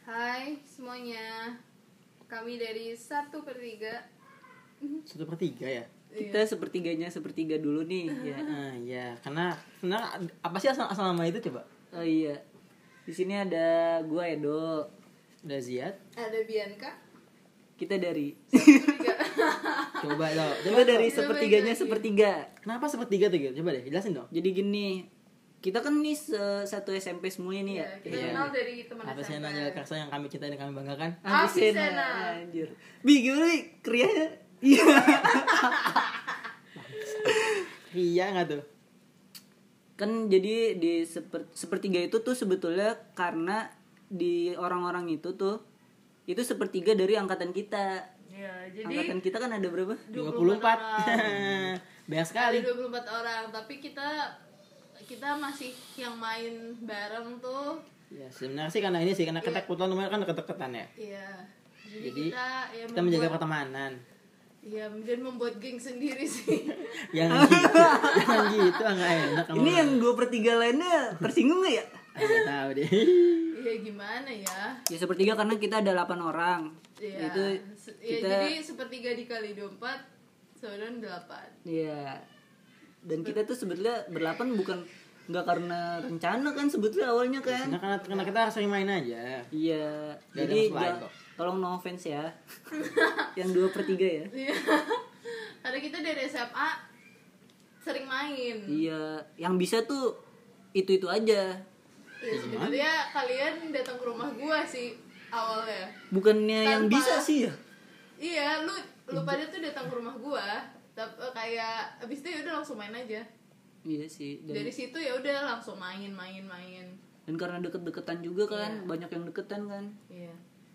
Hai semuanya, kami dari 1/3. 1/3 ya? Kita sepertiga dulu nih ya. Ya, karena sebenarnya apa sih asal nama itu coba? Oh iya. Di sini ada gua Edo. Ada Ziad. Ada Bianca. Kita dari 1/3. Coba dong. Coba dari Coba sepertiganya lagi. sepertiga. Kenapa 1/3 tuh gitu? Coba deh, jelasin dong. Jadi gini, kita kan nih satu SMP semuanya nih ya. Ya, kita Iya. kenal dari teman Apa sih SMP. nanya Karsa yang kami cintai dan kami banggakan? Avicenna. Anjir. Bi gimana Bi? Krianya? Iya. Iya nggak tuh? Kan jadi di sepertiga itu tuh sebetulnya karena di orang-orang itu tuh itu sepertiga dari angkatan kita. Ya, jadi Angkatan kita kan ada berapa? 24. orang. Banyak Ada sekali. 24 orang, tapi kita masih yang main bareng tuh. Ya, sebenarnya sih karena ini sih karena kita kebetulan lumayan kan deket-deketan ya. Iya. Jadi, kita kita menjaga pertemanan. Iya, dan membuat geng sendiri sih. Jangan gitu. Jangan gitu, enggak enak. Ini yang 2/3 lainnya tersinggung gak ya? Enggak tahu deh. Iya, gimana ya? Ya sepertiga karena kita ada 8 orang. Iya. Itu Ya, kita jadi 1/3 dikali 24 saudara 8. Iya. Dan kita tuh sebetulnya berlapan bukan nggak karena rencana kan sebetulnya awalnya kan. Nah, karena kita sering main aja. Iya. Gak ada Jadi maksud lain kok. tolong no offense ya. Yang 2/3 ya. Iya. Karena kita dari SMA sering main. Iya. Yang bisa tuh itu aja. Ya, sebenarnya kalian datang ke rumah gua sih awalnya. Bukannya yang Tanpa- bisa sih ya. Iya, lu pada tuh datang ke rumah gua, kayak abis itu ya udah langsung main aja. Iya sih. Dari situ ya udah langsung main. Dan karena deket-deketan juga kan, Iya. banyak yang deketan kan. Iya.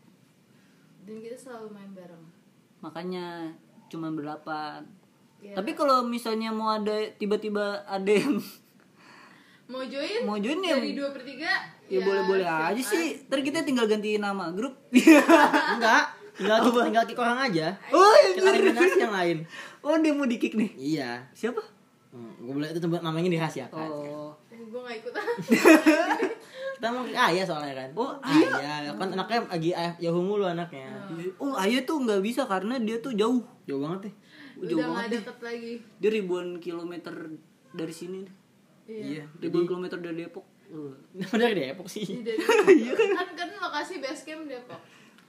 Dan kita selalu main bareng. Makanya cuma berlapan. Iya. Tapi kalau misalnya mau ada tiba-tiba ada yang mau join ya dari 2/3 ya boleh-boleh siap aja sih. Ntar kita tinggal ganti nama grup. Enggak, tinggal kick orang aja. Oh, Kita eliminasi yang lain. Oh, dia mau di-kick nih. Iya. Siapa? Gue boleh itu tempat namanya dirahasiakan. Oh. Gue gak ikut. Kita mau kick ayah soalnya kan. Oh, ayah. Kan anaknya lagi ayah Yahoo mulu anaknya. Oh, Ayah tuh nggak bisa karena dia tuh jauh. Jauh banget deh. Jauh Udah gak banget deh. deket lagi. Dia ribuan kilometer dari sini. Iya. Ribuan kilometer dari Depok. Dari Depok sih. kan lokasi base camp Depok.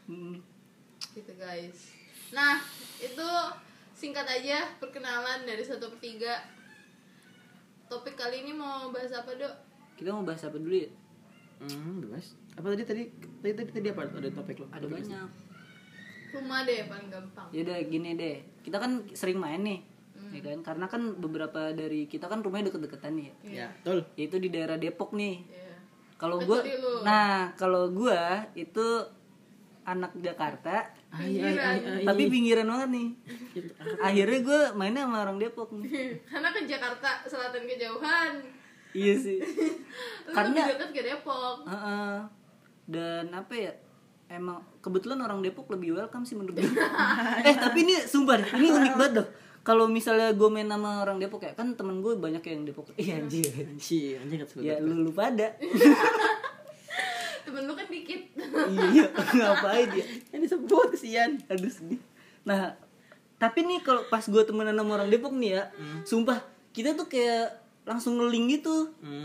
Gitu guys. Nah, itu singkat aja perkenalan dari 1/3. Topik kali ini mau bahas apa, Dok? Kita mau bahas apa dulu ya? Bebas. Apa tadi apa? Ada topik lo? Ada banyak. Rumah deh paling gampang. Yaudah gini deh. Kita kan sering main nih. Ya kan? Karena kan beberapa dari kita kan rumahnya deket-deketan nih ya. Ya, betul. Itu di daerah Depok nih. Iya. Kalau Kecuali gue, lu. kalau gue itu anak Jakarta, Pinggiran. tapi pinggiran banget nih. Akhirnya gue mainnya sama orang Depok nih. Karena ke Jakarta Selatan kejauhan. Iya sih. Lu Karena lebih dekat ke Depok. dan apa ya? Emang kebetulan orang Depok lebih welcome sih menurut gue. Tapi ini sumpah deh, ini unik banget loh. Kalau misalnya gue main sama orang Depok ya, kan temen gue banyak yang Depok. Iya anjir. Anjing kan Ya lu pada. Temen lu kan dikit. Iya, ngapain dia? Ini sebut kesian. Aduh sedih. Nah, tapi nih kalau pas gue temenan sama orang Depok nih ya, sumpah kita tuh kayak langsung ngeling gitu.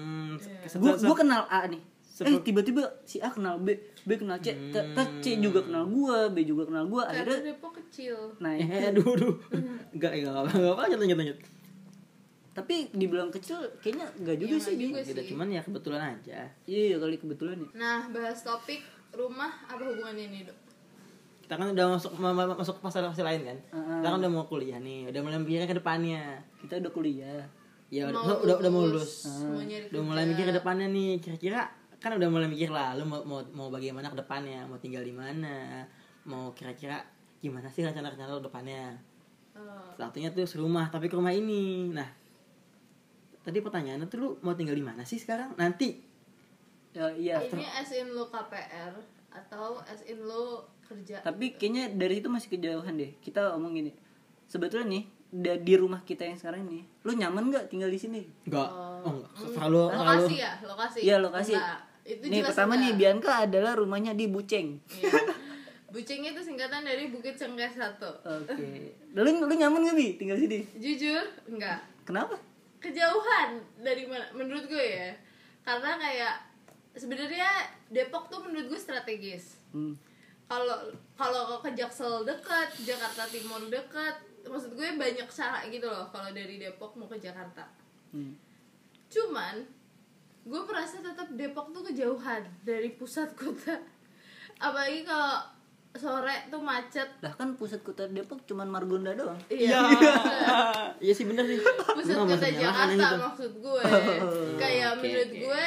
Gue kenal A nih. Tiba-tiba si A kenal B kenal C, C juga kenal gue, B juga kenal gue. Karena Akhirnya Depok kecil. nah, Aduh. Enggak apa lanjut. tapi dibilang kecil kayaknya enggak juga Iya, sih. nggak juga Gitu, sih. cuman ya kebetulan aja. Iya kali kebetulan ya. Nah, bahas topik rumah apa hubungannya ini, Dok? Kita kan udah masuk fase lain kan. Kita kan udah mau kuliah nih, udah mulai mikirnya ke depannya. Kita udah kuliah. Ya udah mau lulus. Mau nyari Udah mulai mikir ke depannya nih, kira-kira kan udah mulai mikir lah, lu mau bagaimana ke depannya, mau tinggal di mana, mau kira-kira gimana sih rencana-rencana lu depannya. Satunya tuh serumah, tapi ke rumah ini. Nah, tadi pertanyaannya tuh lu mau tinggal di mana sih sekarang? Nanti. Ya, iya. Ini as in lu KPR atau as in lu kerja? Tapi kayaknya dari itu masih kejauhan deh. Kita omong gini. Sebetulnya nih di rumah kita yang sekarang ini, lu nyaman nggak tinggal di sini? Enggak. Enggak. Lokasi ya, lokasi. Iya, lokasi. Enggak. Itu nih jelas pertama nih enggak. Bianca adalah rumahnya di Buceng. Iya. Buceng itu singkatan dari Bukit Cengkeh 1. Oke. Lu nyaman gak Bi tinggal sini? Jujur enggak. Kenapa? Kejauhan dari mana menurut gue ya. Karena kayak sebenarnya Depok tuh menurut gue strategis. Kalau ke Jaksel dekat, Jakarta Timur dekat, maksud gue banyak cara gitu loh kalau dari Depok mau ke Jakarta. Cuman gue merasa tetap Depok tuh kejauhan dari pusat kota. Apalagi kalau sore tuh macet. Lah kan pusat kota Depok cuman Margonda doang. Iya. Iya sih bener sih. Pusat Gua nggak kota bisa nyalahin Jakarta itu. maksud gue. Kayak menurut gue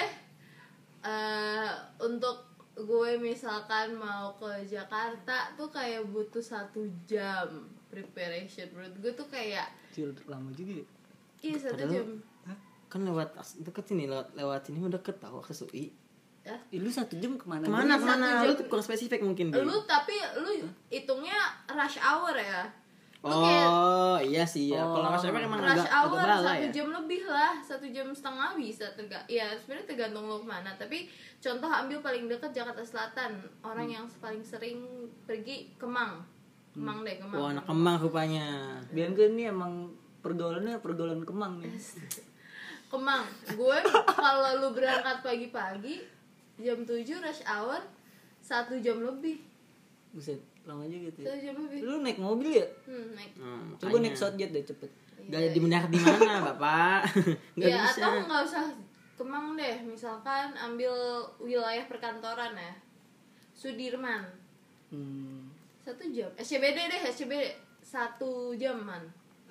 untuk gue misalkan mau ke Jakarta tuh kayak butuh 1 jam preparation. Menurut gue tuh kayak Lama juga ya. iya 1 Padahal- jam. Kan lewat deket sini, lewat sini udah deket tau akses UI. Ya. Lu 1 jam kemana? Iya, Kemana? 1 Lu jam. kurang spesifik mungkin Bi. Tapi lu hitungnya rush hour ya. Lu Oh iya sih ya. Kalau nggak salah emang rush agak hour bala 1 ya. jam lebih lah, 1,5 jam bisa ya sebenarnya tergantung lu kemana. Tapi contoh ambil paling dekat Jakarta Selatan, orang yang paling sering pergi Kemang. Kemang deh, Kemang. Wah anak Kemang rupanya. Bianca ini emang pergaulannya pergaulan Kemang nih. Kemang. Gue kalau lu berangkat pagi-pagi jam 7 rush hour 1 jam lebih. Buset, lama juga gitu 1 ya. jam lebih. Lu naik mobil ya? Naik. Coba naik shortjet deh cepet. Gak di benar di mana Bapak? Gak Ya bisa. atau nggak usah Kemang deh, misalkan ambil wilayah perkantoran ya, Sudirman 1 jam, SCBD deh, SCBD 1 jaman.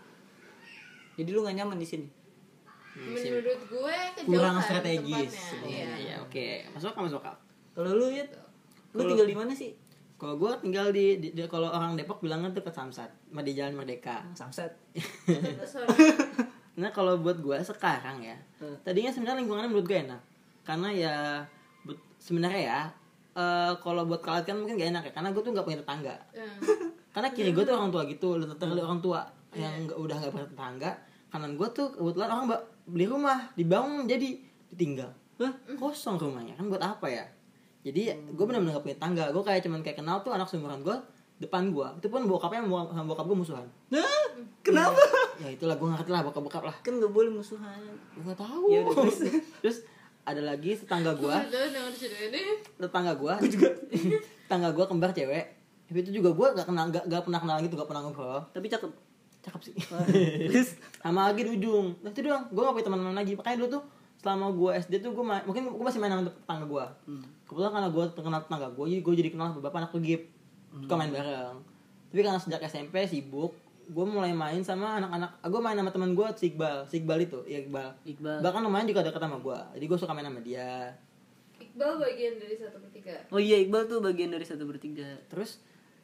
Jadi lu gak nyaman di sini? Menurut gue kejauhan Kurang strategis. tempatnya. Iya oke. Masuk akal. Kalau lu ya, lu tinggal di mana sih? Kalau gue tinggal di kalau orang Depok bilangnya tuh ke Samsat, di Jalan Merdeka. Samsat. Sorry. Nah kalau buat gue sekarang ya, tadinya sebenarnya lingkungannya menurut gue enak, karena ya sebenarnya ya kalau buat kalian kan mungkin gak enak ya, karena gue tuh nggak punya tetangga. Karena kiri gue tuh orang tua gitu, terlalu orang tua yang udah nggak punya tetangga. Kanan gue tuh kebetulan orang beli rumah, dibangun jadi ditinggal. Kosong rumahnya kan buat apa ya? Jadi gue benar-benar gak punya tangga. Gue cuman kenal tuh anak seumuran gue depan gue. Itu pun bokapnya sama bokap gue musuhan. Kenapa? Ya itulah gue ngerti lah bokap lah. Kan gak boleh musuhan. Gue gak tahu. Ya udah, Terus ada lagi tetangga gue. Dengar cerita ini. Tetangga gue. Tetangga gue kembar cewek. Tapi itu juga gue gak pernah kenal gitu, gak pernah ngobrol. Tapi cakep. Cakep sih. Sama lagi di ujung. Nah itu doang. Gue gak punya teman-teman lagi. Makanya dulu tuh selama gue SD tuh gue mungkin gue masih main sama tetangga gue. Kebetulan karena gue kenal tetangga gue, jadi gue jadi kenal beberapa anak gip. Suka main bareng. Tapi karena sejak SMP sibuk, gue mulai main sama anak-anak. Gue main sama teman gue si Iqbal itu, ya Iqbal. Bahkan lumayan juga dekat sama gue. Jadi gue suka main sama dia. Iqbal bagian dari 1/3. Oh iya, Iqbal tuh bagian dari 1/3. Terus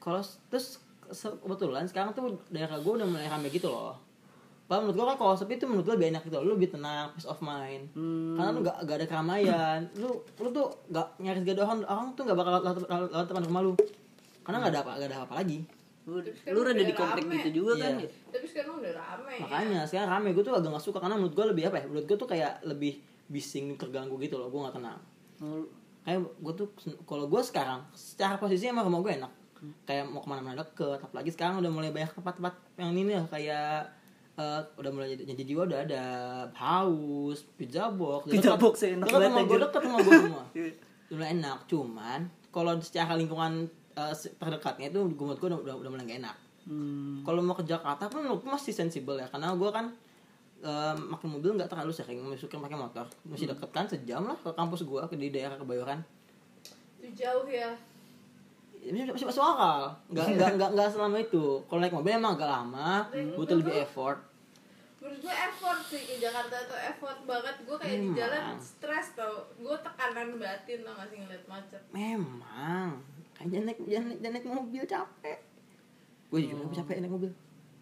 kebetulan sekarang tuh daerah gue udah mulai rame gitu loh. Pak menurut gue kan kalau sepi tuh menurut gue lebih enak gitu, lu lebih tenang, peace of mind. Karena lu gak ada keramaian, lu tuh gak nyaris gak ada orang tuh gak bakal lewat depan rumah lu, karena gak ada apa lagi. Lu rada di komplek gitu juga kan ya? Tapi sekarang udah rame. Makanya sekarang rame, gue tuh agak gak suka karena menurut gue lebih apa ya? Menurut gue tuh kayak lebih bising, terganggu gitu loh, gue gak tenang. Kayak gue tuh kalau gue sekarang secara posisi emang rumah gue enak, kayak mau kemana-mana deket. Apalagi sekarang udah mulai banyak tempat-tempat yang ini lah, kayak udah mulai janji jiwa, udah ada house, pizza box enak banget aja. Deket sama gue semua. Udah enak, cuman kalau secara lingkungan terdekatnya itu menurut gue udah mulai gak enak. Kalau mau ke Jakarta pun menurut gue masih sensibel ya, karena gue kan makin mobil nggak terlalu sering, suka pakai motor. Masih deket kan, sejam lah ke kampus gue, di daerah Kebayoran. Itu jauh ya. Masih masuk akal, nggak selama itu. Kalau naik mobil emang agak lama, butuh lebih effort. Menurut gue effort sih ke Jakarta tuh effort banget. Gue kayak di jalan stres tau. Gue tekanan batin tau gak sih ngeliat macet. Memang, kayaknya naik mobil capek. Gue juga capek naik mobil.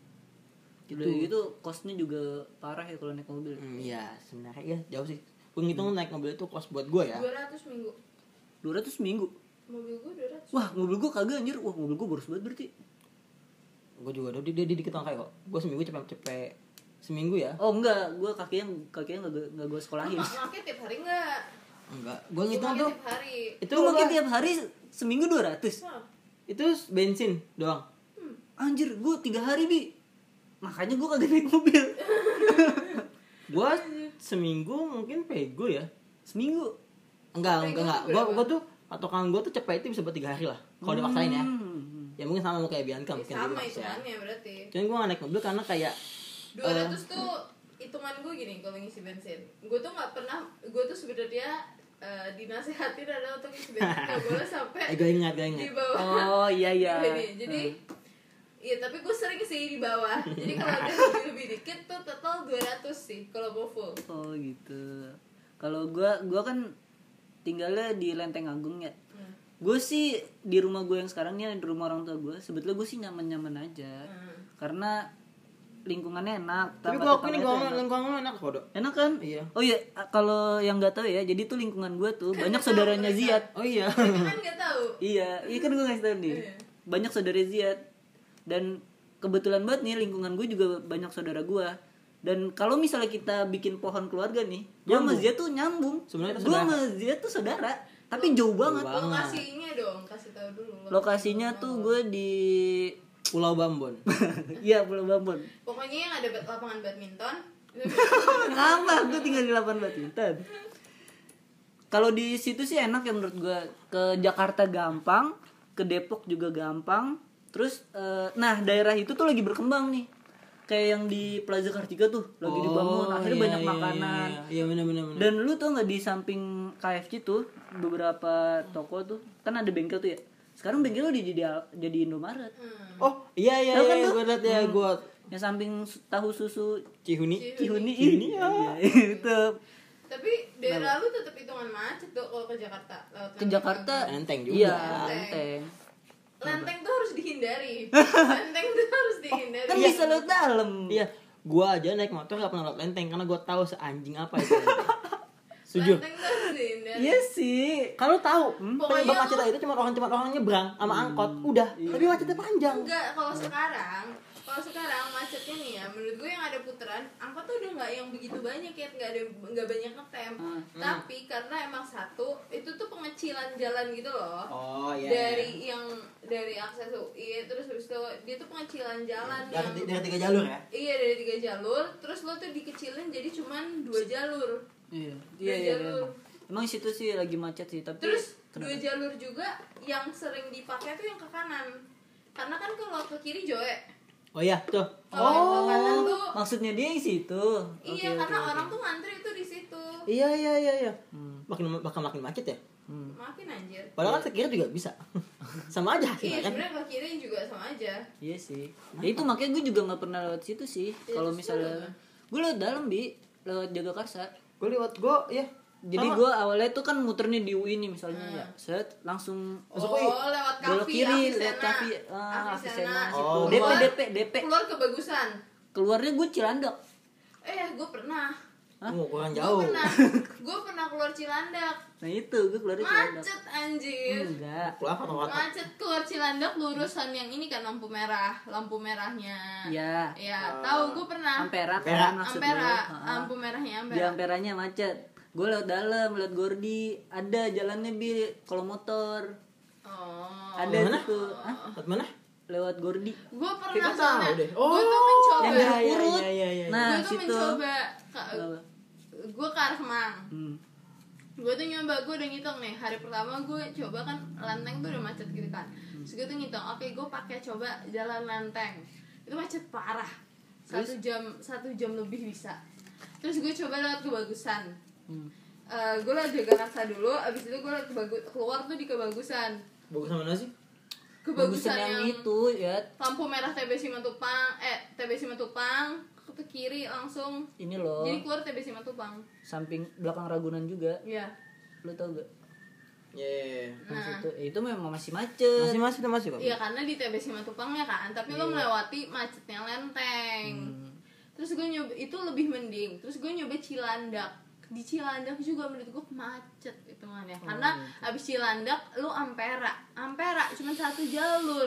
Gitu kosnya juga parah ya kalau naik mobil. Iya, sebenarnya ya jauh sih. Gue ngitung naik mobil itu kos buat gue ya. 200 minggu. 200 minggu. Mobil gue 200. Wah, mobil gue kagak anjir. Wah, mobil gue boros banget berarti. Gue juga udah dia dikit kayak kok. Gue seminggu cepet seminggu ya. Oh enggak, gue kakinya enggak gue sekolahin. Pakai tiap hari enggak? Enggak, gua ngitung tuh tiap hari. itu Lu makin tiap hari seminggu 200. itu bensin doang. Anjir, gua 3 hari Bi. Makanya gua kagak naik mobil. Gua seminggu mungkin pego ya. Seminggu. Enggak. Pego tuh Gua berapa? tuh patokan gua tuh cepet itu bisa buat 3 hari lah. Kalau dipaksain ya. Ya mungkin sama kayak Bianca mungkin Sama dipaksa. hitungannya berarti. Cuman gua gak naik mobil karena kayak 200 tuh hitungan gue gini kalau ngisi bensin. Gue tuh nggak pernah, gue tuh sebenarnya dinasehatin adalah untuk ngisi bensin nggak boleh sampai gue ingat. di bawah. Oh iya. Gini, jadi iya tapi gue sering sih di bawah. Jadi kalau ada lebih dikit tuh total 200 sih kalau mau full. Oh gitu. Kalau gua kan tinggalnya di Lenteng Agung ya. Gue sih di rumah gue yang sekarangnya, di rumah orang tua gue, sebetulnya gue sih nyaman-nyaman aja. Karena lingkungannya enak. tapi gua akuin lingkungan enak kok, Dok. Enak kan? Iya. Oh iya, kalau yang nggak tahu ya, jadi tuh lingkungan gue tuh banyak saudaranya Ziyad. Oh iya. Tapi kan nggak tahu. Iya kan gue ngasih tahu nih. Banyak saudara Ziyad. Dan kebetulan banget nih lingkungan gue juga banyak saudara gue. Dan kalau misalnya kita bikin pohon keluarga nih, gue sama Ziyad tuh nyambung. Sebenarnya itu gue saudara. sama Ziyad tuh saudara, tapi jauh banget. Lokasinya dong, kasih tahu dulu. Lokasinya tuh gue di Pulau Bambon. Iya, Pulau Bambon. Pokoknya yang ada lapangan badminton. Ngapa gue tinggal di lapangan badminton. Kalau di situ sih enak ya menurut gue. Ke Jakarta gampang, ke Depok juga gampang. Terus nah daerah itu tuh lagi berkembang nih. Kayak yang di Plaza Kartika tuh lagi dibangun, akhirnya banyak makanan. Iya benar. Dan lu tuh nggak di samping KFC tuh beberapa toko tuh kan ada bengkel tuh ya. Sekarang bengkel lu jadi Indomaret. Oh, iya Tahu kan tuh? gua liat ya gua Yang samping tahu susu Cihuni. Cihuni ya. itu. Tapi daerah lu tetap hitungan macet tuh kalau ke Jakarta. Lewat Ke Jakarta Lenteng juga. Iya, Lenteng. Lenteng tuh harus dihindari. Lenteng tuh harus dihindari. Kan bisa lewat dalam. Iya, gua aja naik motor gak pernah lewat Lenteng karena gua tahu seanjing apa itu. Setuju. Lenteng tuh harus dihindari. Iya sih. Kalau tahu, Pokoknya penyebab macetnya itu cuma orang nyebrang sama angkot, udah. Tapi macetnya panjang. Enggak, kalau sekarang macetnya nih ya, menurut gue yang ada putaran angkot tuh udah nggak yang begitu banyak ya, nggak banyak ngetem. Tapi karena emang satu itu tuh pengecilan jalan gitu loh. Oh iya. Dari akses UI terus habis itu dia tuh pengecilan jalan Dari yang 3 jalur ya? iya dari 3 jalur, terus lo tuh dikecilin jadi cuman 2 jalur. Iya. Jalur. Emang situ sih lagi macet sih, tapi Terus 2 jalur juga yang sering dipakai tuh yang ke kanan. Karena kan kalau ke kiri Joe. Oh iya, tuh. Kalau yang ke kanan tuh maksudnya dia yang situ. iya, karena orang tuh ngantri itu di situ. Iya. Makin macet ya? Makin anjir. Padahal kan ke kiri juga bisa. Sama aja Iya, hasilnya kan. sebenarnya ke kiri juga sama aja. Iya sih. Ya itu makanya gue juga nggak pernah lewat situ sih. Ya, Kalau terus misalnya gue lewat dalam lewat Jagakarsa. Gue lewat ya. Jadi gue awalnya tuh kan muter nih di UI nih misalnya ya. Set langsung Oh, lewat belok kafe kiri, lewat kafe, Avicenna. Oh. DP. Keluar ke Bagusan. Keluarnya gue Cilandak. Gue pernah. Kurang jauh. Gue pernah keluar Cilandak. Nah itu gue keluarnya Cilandak. Macet anjir. Enggak. Keluar Macet keluar Cilandak lurusan yang ini kan lampu merahnya. Iya. Ya, tahu gue pernah. Ampera Ampera. kan maksud Ampera, lu. lampu merahnya Di Ampera. Amperanya macet. Gue lewat dalam, lewat Gordi. Ada jalannya kalau motor. Oh. Ada Mana? tuh. Hah? Lewat mana? Lewat Gordi. Gue Kita pernah tahu soalnya. deh. Gue tuh mencoba. Yang biru kurut. Iya. Nah, Gue tuh situ. mencoba. Apa? Gue ke arah Kemang. Hmm. Gue tuh nyoba, gue udah ngitung nih. Hari pertama gue coba kan Lenteng tuh udah macet gitu kan. Terus gue tuh ngitung, oke gue pakai coba jalan Lenteng. Itu macet parah. 1 jam lebih bisa. Terus gue coba lewat Kebagusan. Gue lewat Jagakarsa dulu, abis itu gue lewat keluar tuh di Kebagusan. Bagus mana sih? Kebagusan yang itu ya. lampu merah TB Simatupang ke kiri langsung. Ini loh. Jadi keluar TB Simatupang. Samping belakang Ragunan juga. Iya. Lu tau gak? Iya. Nah, situ. Itu memang masih macet. Masih kok. Iya karena di TB Simatupang ya kan, tapi lo melewati macetnya Lenteng. Terus gue nyoba itu lebih mending. Terus gue nyoba Cilandak. Di Cilandak juga menurut gue macet hitungannya. Karena abis Cilandak lo Ampera cuma 1 jalur.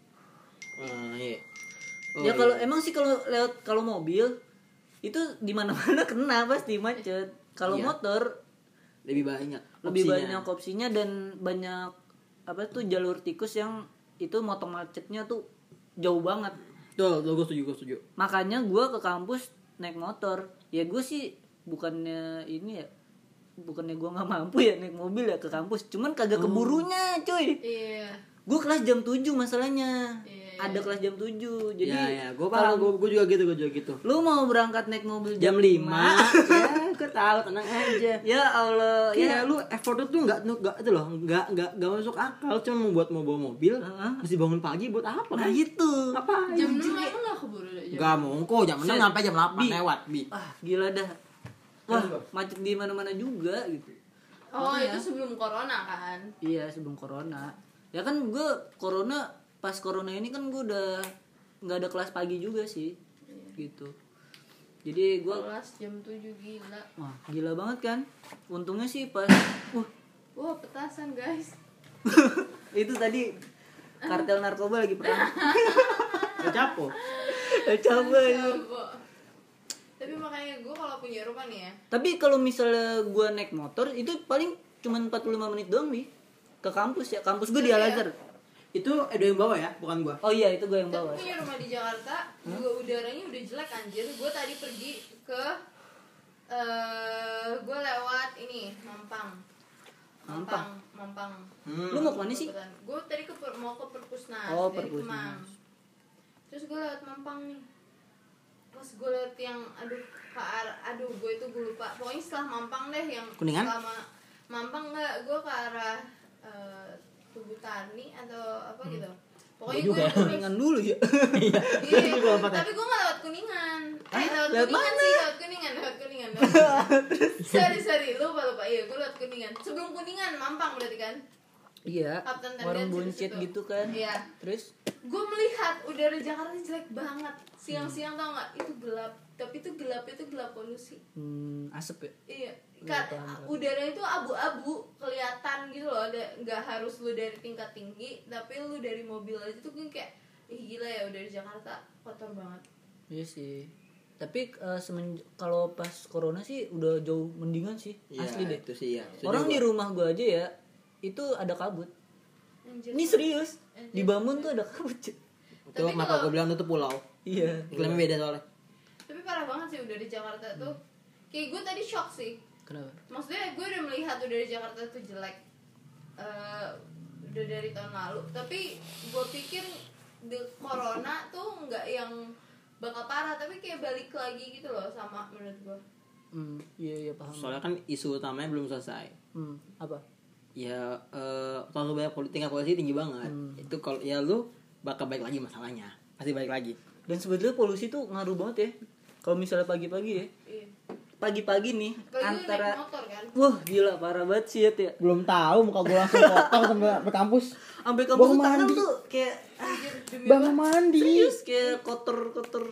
Iya. Ya kalau emang sih kalau mobil itu di mana-mana kena pasti macet. Kalau Iya. motor lebih banyak opsinya dan banyak apa tuh jalur tikus yang itu motong macetnya tuh jauh banget. Tuh, gue setuju. Makanya gue ke kampus naik motor. Ya gue sih bukannya gue nggak mampu ya naik mobil ya ke kampus. Cuman kagak keburunya, cuy. Iya. Gue kelas jam 7 masalahnya. Iya. Ada kelas jam 7. Jadi gue juga gitu. Lu mau berangkat naik mobil Jam 5. Ya, gue tahu, tenang aja. Ya Allah, ya lu effort itu enggak itu loh, enggak masuk akal, cuma membuat mau bawa mobil, mesti bangun pagi buat apa? Nah itu. Apa? Jam 6 emang enggak keburu aja. Enggak mongko, jam 6 sampai jam 8 lewat, Bi. Gila dah. Wah, macet di mana-mana juga gitu. Oh, itu sebelum corona kan? Iya, sebelum corona. Ya kan pas corona ini kan gue udah nggak ada kelas pagi juga sih. Gitu. Jadi gue kelas jam 7 gila. Wah, gila banget kan? Untungnya sih pas Wah, petasan, guys. itu tadi kartel narkoba lagi perang. Capo. Tapi makanya gue kalau punya rumah nih ya. Tapi kalau misalnya gue naik motor itu paling cuma 45 menit doang nih ke kampus ya. Kampus gue di Al-Azhar. Itu Edo yang bawa ya, bukan gua. Oh iya, itu gue yang Tapi bawa. punya rumah di Jakarta juga udaranya udah jelek anjir. Gue tadi pergi ke gue lewat ini Mampang. Lu mau kemana sih? Gue tadi mau ke Perpusnas dari Kemang. Terus gue lewat Mampang nih. Pas gue lewat yang gue lupa. Pokoknya setelah Mampang deh yang Kuningan? Selama Mampang enggak, gue ke arah Tugu Tani atau apa gitu. Pokoknya gue Kuningan dulu ya. Iya. Tapi gue nggak lewat Kuningan. Lewat Kuningan. Sorry, lupa. Iya, gue lewat Kuningan. Sebelum Kuningan, Mampang berarti kan? Iya. Warung buncit gitu kan. Iya. Terus? Gue melihat udara Jakarta jelek banget. Siang-siang tau nggak? Itu gelap. Tapi itu gelap polusi. Asap ya? Iya. Udara itu abu-abu kelihatan gitu loh. Nggak harus lu dari tingkat tinggi, tapi lu dari mobil aja tuh kayak gila ya udara Jakarta kotor banget. Iya sih. Tapi kalau pas corona sih udah jauh mendingan sih. Ya, asli deh. Itu sih ya. Orang di rumah gue aja ya itu ada kabut. Anjir. Ini serius. Di Bambun tuh ada kabut. Itu maka gue bilang itu pulau. Iya. Iklimnya beda soalnya. Tapi parah banget sih udara Jakarta tuh. Kayak gue tadi shock sih. Kenapa? Maksudnya gue udah melihat udara Jakarta tuh jelek udah dari tahun lalu. Tapi gue pikir corona tuh nggak yang bakal parah, tapi kayak balik lagi gitu loh sama menurut gue. Iya paham. Soalnya kan isu utamanya belum selesai. Apa? Ya terlalu banyak tingkat polisi tinggi banget. Itu kalau ya lu bakal balik lagi masalahnya. Pasti balik lagi. Dan sebetulnya polusi tuh ngaruh banget ya. Kalau misalnya pagi-pagi ya. Iya. Pagi-pagi nih Apalagi antara naik motor kan? wah gila parah banget sih ya. Belum tahu muka gue langsung kotor sampai kampus. Sampai kampus tuh tangan tuh kayak Bang mandi. serius kayak kotor.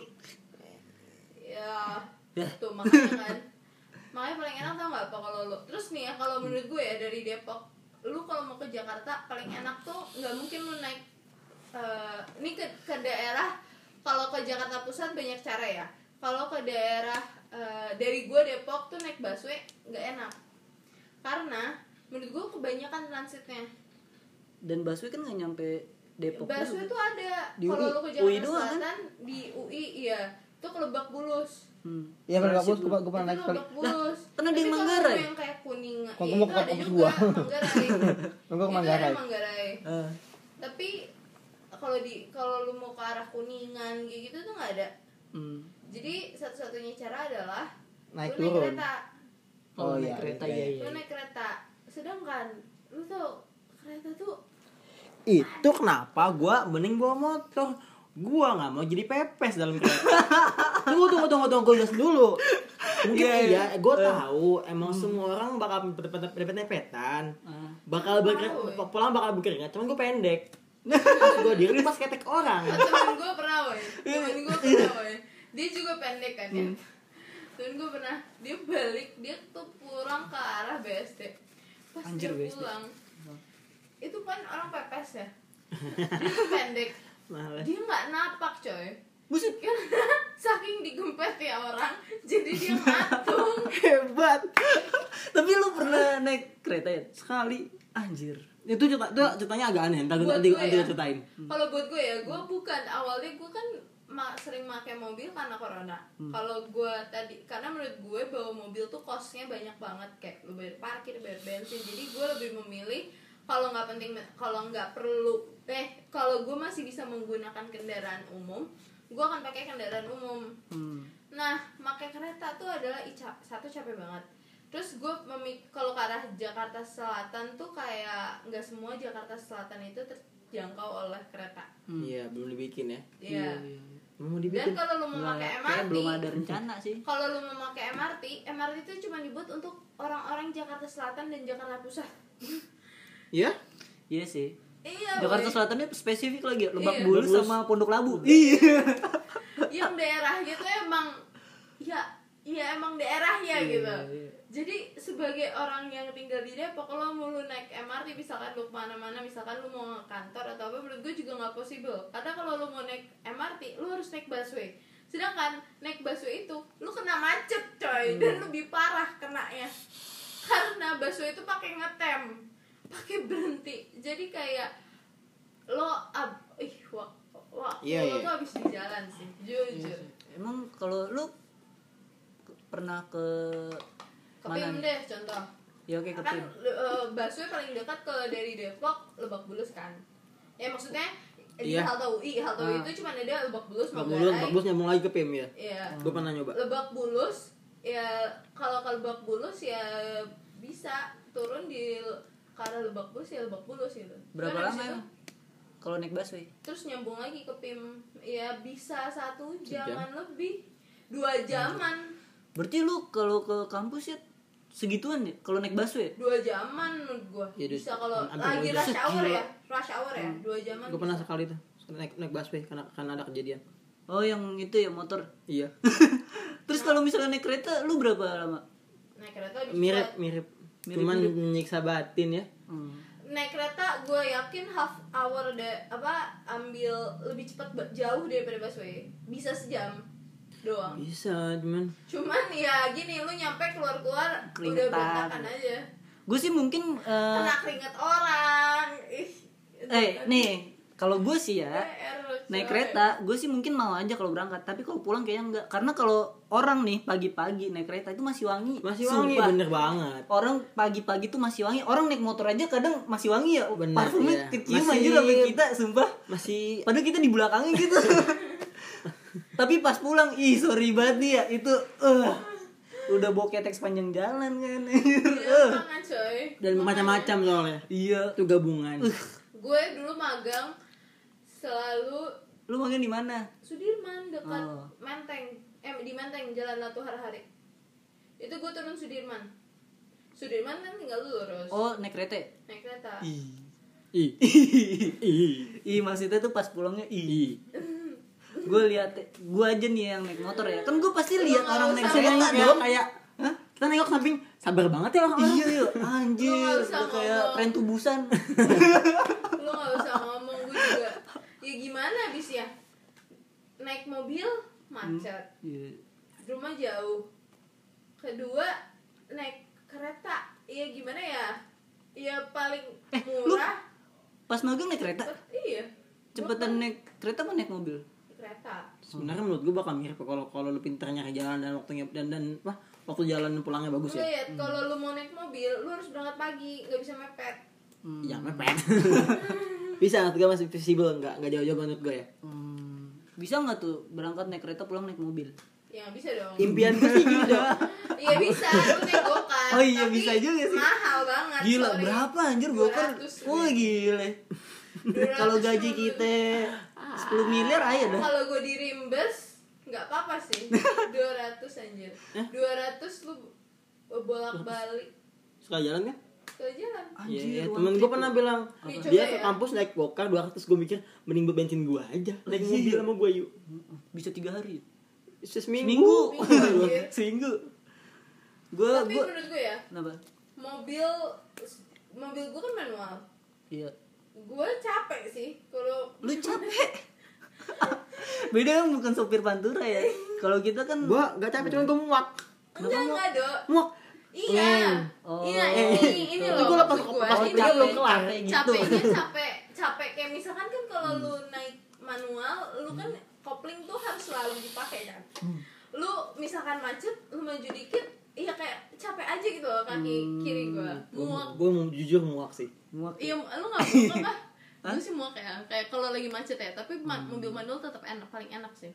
Ya. Ya. Tuh makanya kan. Makanya paling enak tau nggak apa kalau lu. Terus nih ya kalau menurut gue ya dari Depok, lu kalau mau ke Jakarta paling enak tuh nggak mungkin lu naik ini ke daerah. Kalau ke Jakarta Pusat banyak cara ya. Kalau ke daerah dari gue Depok tuh naik busway nggak enak karena menurut gue kebanyakan transitnya. Dan busway kan nggak nyampe Depok. Busway tuh ada kalau lu ke UI Jakarta doang, Selatan kan? di UI iya itu ke Lebak Bulus. Iya pernah kampus gue pernah naik Itu Lebak Bulus. Pernah di Tapi kalau Manggarai? yang kayak Kuningan Kok ya, gua mau itu ke ada kampus juga gua. Manggarai. Gua ke Itu Manggarai. ada Manggarai. Tapi kalau lu mau ke arah Kuningan kayak gitu tuh nggak ada. Jadi satu-satunya cara adalah naik lu turun. naik kereta. Naik kereta iya. Lu naik kereta. Sedangkan lu tau kereta tuh Itu kenapa gue mending bawa motor. Gue nggak mau jadi pepes dalam kereta. Tunggu gue jelasin dulu. Mungkin iya, gue tahu emang semua orang bakal depet-depetan, bakal pulang bakal berkeringat. Cuman gue pendek. Gue diri pas ketek orang. temen gue pernah dia juga pendek kan ya. Temen gue pernah dia balik dia tuh pulang ke arah BSD. Pas Anjir, dia BSD. pulang itu kan orang pepes ya. Dia pendek. Dia nggak napak coy. Buset. Karena saking digempet ya orang, jadi dia matung. Hebat. Tapi lu pernah naik kereta ya? Sekali. Anjir. Itu ceritanya agak aneh. Entar Buat nanti gue ya, ceritain. Kalau buat gue ya, gue bukan awalnya gue kan sering pakai mobil karena corona. Kalau gue tadi, karena menurut gue bawa mobil tuh costnya banyak banget, kayak lu bayar parkir, bayar bensin. Jadi gue lebih memilih kalau nggak penting, kalau nggak perlu, kalau gue masih bisa menggunakan kendaraan umum, gue akan pakai kendaraan umum. Nah, pakai kereta tuh adalah satu capek banget. Terus gue kalau ke arah Jakarta Selatan tuh kayak nggak semua Jakarta Selatan itu terjangkau oleh kereta. Iya, belum dibikin ya. Iya. Mau Dan dibikin. kalau lu mau pakai MRT, belum ada rencana sih. Kalau lu mau pakai MRT itu cuma dibuat untuk orang-orang Jakarta Selatan dan Jakarta Pusat. Iya? Iya sih. Iya. Jakarta boy. Selatannya spesifik lagi, Lebak Iya. Bulus sama Pondok Labu. Iya. Yang daerahnya tuh emang ya emang daerahnya gitu. Iya. Jadi sebagai orang yang tinggal di Depok, kalau mau lu naik MRT, misalkan lu kemana-mana, misalkan lu mau ke kantor atau apa, menurut gue juga nggak possible. Karena kalau lu mau naik MRT, lu harus naik busway. Sedangkan naik busway itu lu kena macet coy, dan lebih parah kenanya. Karena busway itu pakai ngetem, pakai berhenti. Jadi kayak lo Iya, lo iya. tuh habis di jalan sih, jujur. Emang kalau lu pernah ke mana Kepim nih? deh contoh. Ya oke, Kan Kepim. busway paling dekat dari Depok, Lebak Bulus kan. Ya maksudnya di Iya. halte UI itu cuma ada Lebak Bulus, Lebak Manggarai. Bulus nyambung lagi ke PIM ya. Iya. Gue pernah nyoba. Lebak Bulus ya, kalau ke Lebak Bulus ya bisa turun di ke arah Lebak Bulus ya Lebak Bulus gitu. Berapa Cuman lama habis itu, emang kalau naik busway? terus nyambung lagi ke PIM ya bisa 1 Sejam? jaman lebih, 2 jaman. Berarti lu kalau ke kampus ya segituan ya kalau naik busway? 2 jaman menurut gua. Ya, Bisa kalau hampir lagi 2 jam. rush hour ya. Rush hour ya, 2 jaman. Gue pernah bisa. sekali tuh naik busway karena ada kejadian. Oh, yang itu ya motor. Iya. Terus kalau misalnya naik kereta lu berapa lama? Naik kereta lebih Mirip, cepat. mirip. Mirip, Cuman mirip. menyiksa batin ya. Naik kereta gue yakin half hour ambil lebih cepat jauh daripada busway. Bisa sejam doang. Bisa, Cuman ya gini, lu nyampe keluar-keluar udah Keringetan. berantakan aja. Gue sih mungkin Kena keringet orang. nih kalau gue sih ya PR, naik coy. kereta, gue sih mungkin mau aja kalau berangkat, tapi kalau pulang kayaknya enggak. Karena kalau orang nih pagi-pagi naik kereta itu masih wangi. masih wangi, Sumpah. bener banget. Orang pagi-pagi tuh masih wangi. Orang naik motor aja kadang masih wangi ya. Bener, Parfumnya iya. kecium Masih- aja sampai kita, sumpah. Masih Padahal kita di belakangnya gitu. Tapi pas pulang, sorry banget nih ya, itu udah bau ketek sepanjang jalan kan. Iya, banget coy. dan macam-macam soalnya. Iya. Itu gabungan. Gue dulu magang selalu Lu makan di mana? Sudirman dekat Oh. Menteng. Di Menteng Jalan Latu Harhari. Itu gue turun Sudirman. Sudirman kan tinggal lurus. Oh, naik kereta. Naik kereta. Ih. Ih. Maksudnya tuh pas pulangnya gue lihat, gue aja nih yang naik motor ya. Kan gue pasti lihat nggak orang usah naik Kita kereta nengok ya, dong. kayak Hah? kita nengok samping, sabar banget ya orang-orang. Iya, anjir, Lu nggak usah udah kayak ngomong. tren tubusan. Lu gak usah ngomong, gue juga. Ya gimana abis ya? Naik mobil macet. Iya. Rumah jauh. Kedua naik kereta. Iya gimana ya? Ya paling murah. Pas magang naik kereta, Iya. cepetan naik kereta apa naik mobil? Kereta. Sebenarnya menurut gue bakal mirip kalau lu pintar nyari jalan dan waktunya dan waktu jalan pulangnya bagus Lu ya. lihat kalau lu mau naik mobil, lu harus berangkat pagi, nggak bisa mepet. Ya mepet. Bisa, juga masih visible, enggak jauh-jauh menurut gue ya. Bisa nggak tuh berangkat naik kereta pulang naik mobil? Ya nggak bisa dong. Impian gue sih gitu. Iya bisa, lu naik gokar. Oh iya, tapi bisa juga sih. Mahal banget. Gila, sorry. berapa anjir gokar? 200 Oh gila. 200 Kalau gaji kita 10 miliar aja dah. Kalau gue di Rimbes nggak apa-apa sih. 200 anjir. 200 lu bolak-balik Suka jalan kan? ke jalan. Iya, one temen gue trip pernah lu. bilang Nih, dia coba ke ya. kampus naik gokar 200, gue mikir mending buat bensin gue aja naik Iya. mobil sama gue yuk. Bisa 3 hari. Seminggu. anjir. Seminggu. Gue Tapi menurut gue ya, kenapa? mobil gue kan manual. Iya. Gue capek sih kalau Lu capek. Beda kan bukan sopir Pantura ya. Kalau kita kan Gua gak capek, cuma gua muak. Enggak, Dok. Muak. Iya. Oh. Iya, ini Itu loh. gua lepas maksud gua. pas Ini tiga belum kelar. Capek gitu. Capek kayak misalkan kan kalau lu naik manual, lu kan kopling tuh harus selalu dipakai kan. Lu misalkan macet, lu maju dikit, iya kayak capek aja gitu loh kaki kiri gua. Muak. Gua mau jujur muak sih. Muak. Iya, lu nggak muak apa? Gue sih muak ya, kayak kalau lagi macet ya. Tapi mobil manual tetap enak, paling enak sih.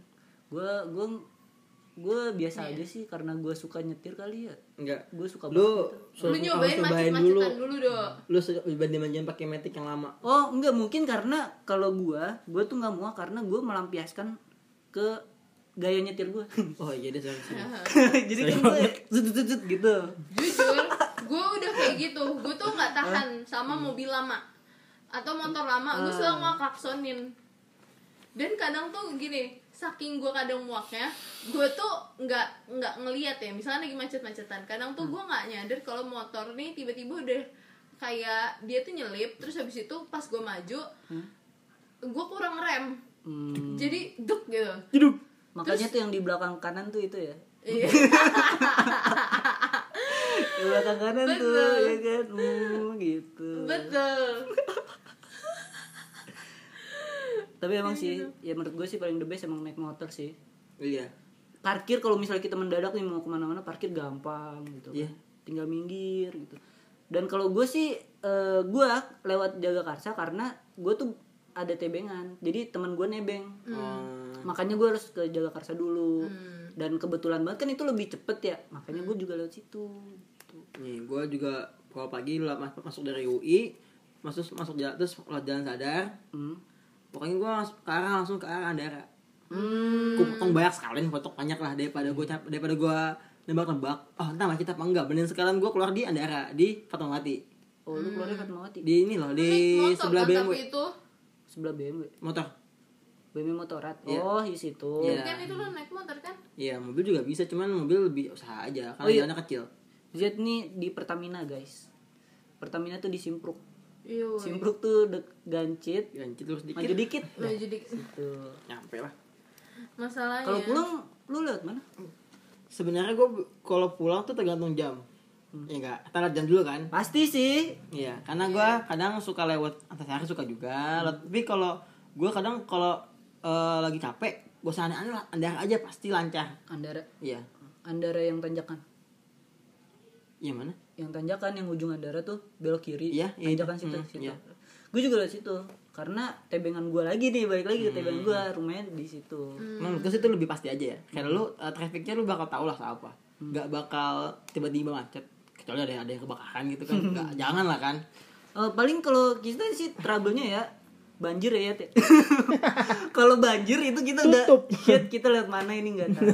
Gue biasa aja sih karena gue suka nyetir kali ya. Enggak. Gue suka Lu Lu nyobain cobain macet-macetan dulu dong. Lu banding-bandingin pakai Matic yang lama. Oh enggak, mungkin karena kalau gue tuh nggak muak karena gue melampiaskan ke gaya nyetir gue. Oh iya deh, sorry. Jadi kan gue zut gitu. Jujur, gue udah kayak gitu. Gue tuh nggak tahan sama mobil lama atau motor lama. Gue selalu ngeklaksonin. Dan kadang tuh gini, saking gue kadang muaknya, gue tuh nggak ngelihat ya. Misalnya lagi macet-macetan, kadang tuh gue nggak nyadar kalau motor nih tiba-tiba udah kayak dia tuh nyelip. Terus habis itu pas gue maju, gue kurang rem. Jadi duk gitu. Hidup. Makanya tuh yang di belakang kanan tuh itu ya. Iya. Di belakang kanan tuh ya kan. Gitu. Betul. Tapi emang sih, ya menurut gue sih paling the best emang naik motor sih. Iya. Parkir kalau misalnya kita mendadak nih mau kemana-mana, parkir gampang gitu kan. Iya. Tinggal minggir gitu. Dan kalau gue sih, gue lewat Jagakarsa karena gue tuh ada tebengan. Jadi teman gue nebeng. Makanya gue harus ke Jagakarsa dulu. Dan kebetulan banget kan itu lebih cepet ya. Makanya gue juga lewat situ. Gitu. Nih, gua juga kalau pagi masuk dari UI, masuk jalan terus lewat Jalan Sadar. Pokoknya gue langsung ke arah Andara. Gue potong banyak sekali, potong banyak lah daripada gue nebak-nebak. Oh, entah lah kita apa enggak. Bener sekarang gue keluar di Andara, di Fatmawati. Oh, lu keluarnya Fatmawati? Di ini loh, di Motor, sebelah kan, BMW. tapi itu Sebelah BMW. Motor. BMW Motorrad. Iya. Oh, di situ. Iya. kan itu lo naik motor kan? Iya, mobil juga bisa, cuman mobil lebih usaha aja karena Oh, iya. jalannya kecil. Lihat nih di Pertamina, guys. Pertamina tuh di Simpruk. Iya. Simpruk tuh Gancit. Ganti terus dikit. Maju dikit. Nah, jadi Tuh. Nyampe lah. masalahnya. Kalau pulang lu lewat mana? Sebenarnya gue kalau pulang tuh tergantung jam. Ya enggak, kita lihat jam dulu kan. Pasti sih. Iya, karena gue kadang suka lewat Antasari suka juga. Tapi kalau gue kadang kalau lagi capek, gue aneh-aneh lah, Andara aja pasti lancar. Andara. Iya. Andara yang tanjakan. Iya mana? Yang tanjakan yang ujung Andara tuh belok kiri. Iya, iya. Tanjakan situ. Iya. Gue juga lewat situ. Karena tebengan gue lagi nih, balik lagi ke tebengan gue, rumahnya di situ. Menurut gue sih itu lebih pasti aja ya. Karena lu trafficnya lu bakal tau lah apa. Nggak bakal tiba-tiba macet. Kecuali ada yang kebakaran gitu kan. Nggak, jangan lah kan. Paling kalau kita sih trouble-nya ya banjir ya. Kalau banjir itu kita udah shit, kita lihat mana ini nggak tahu.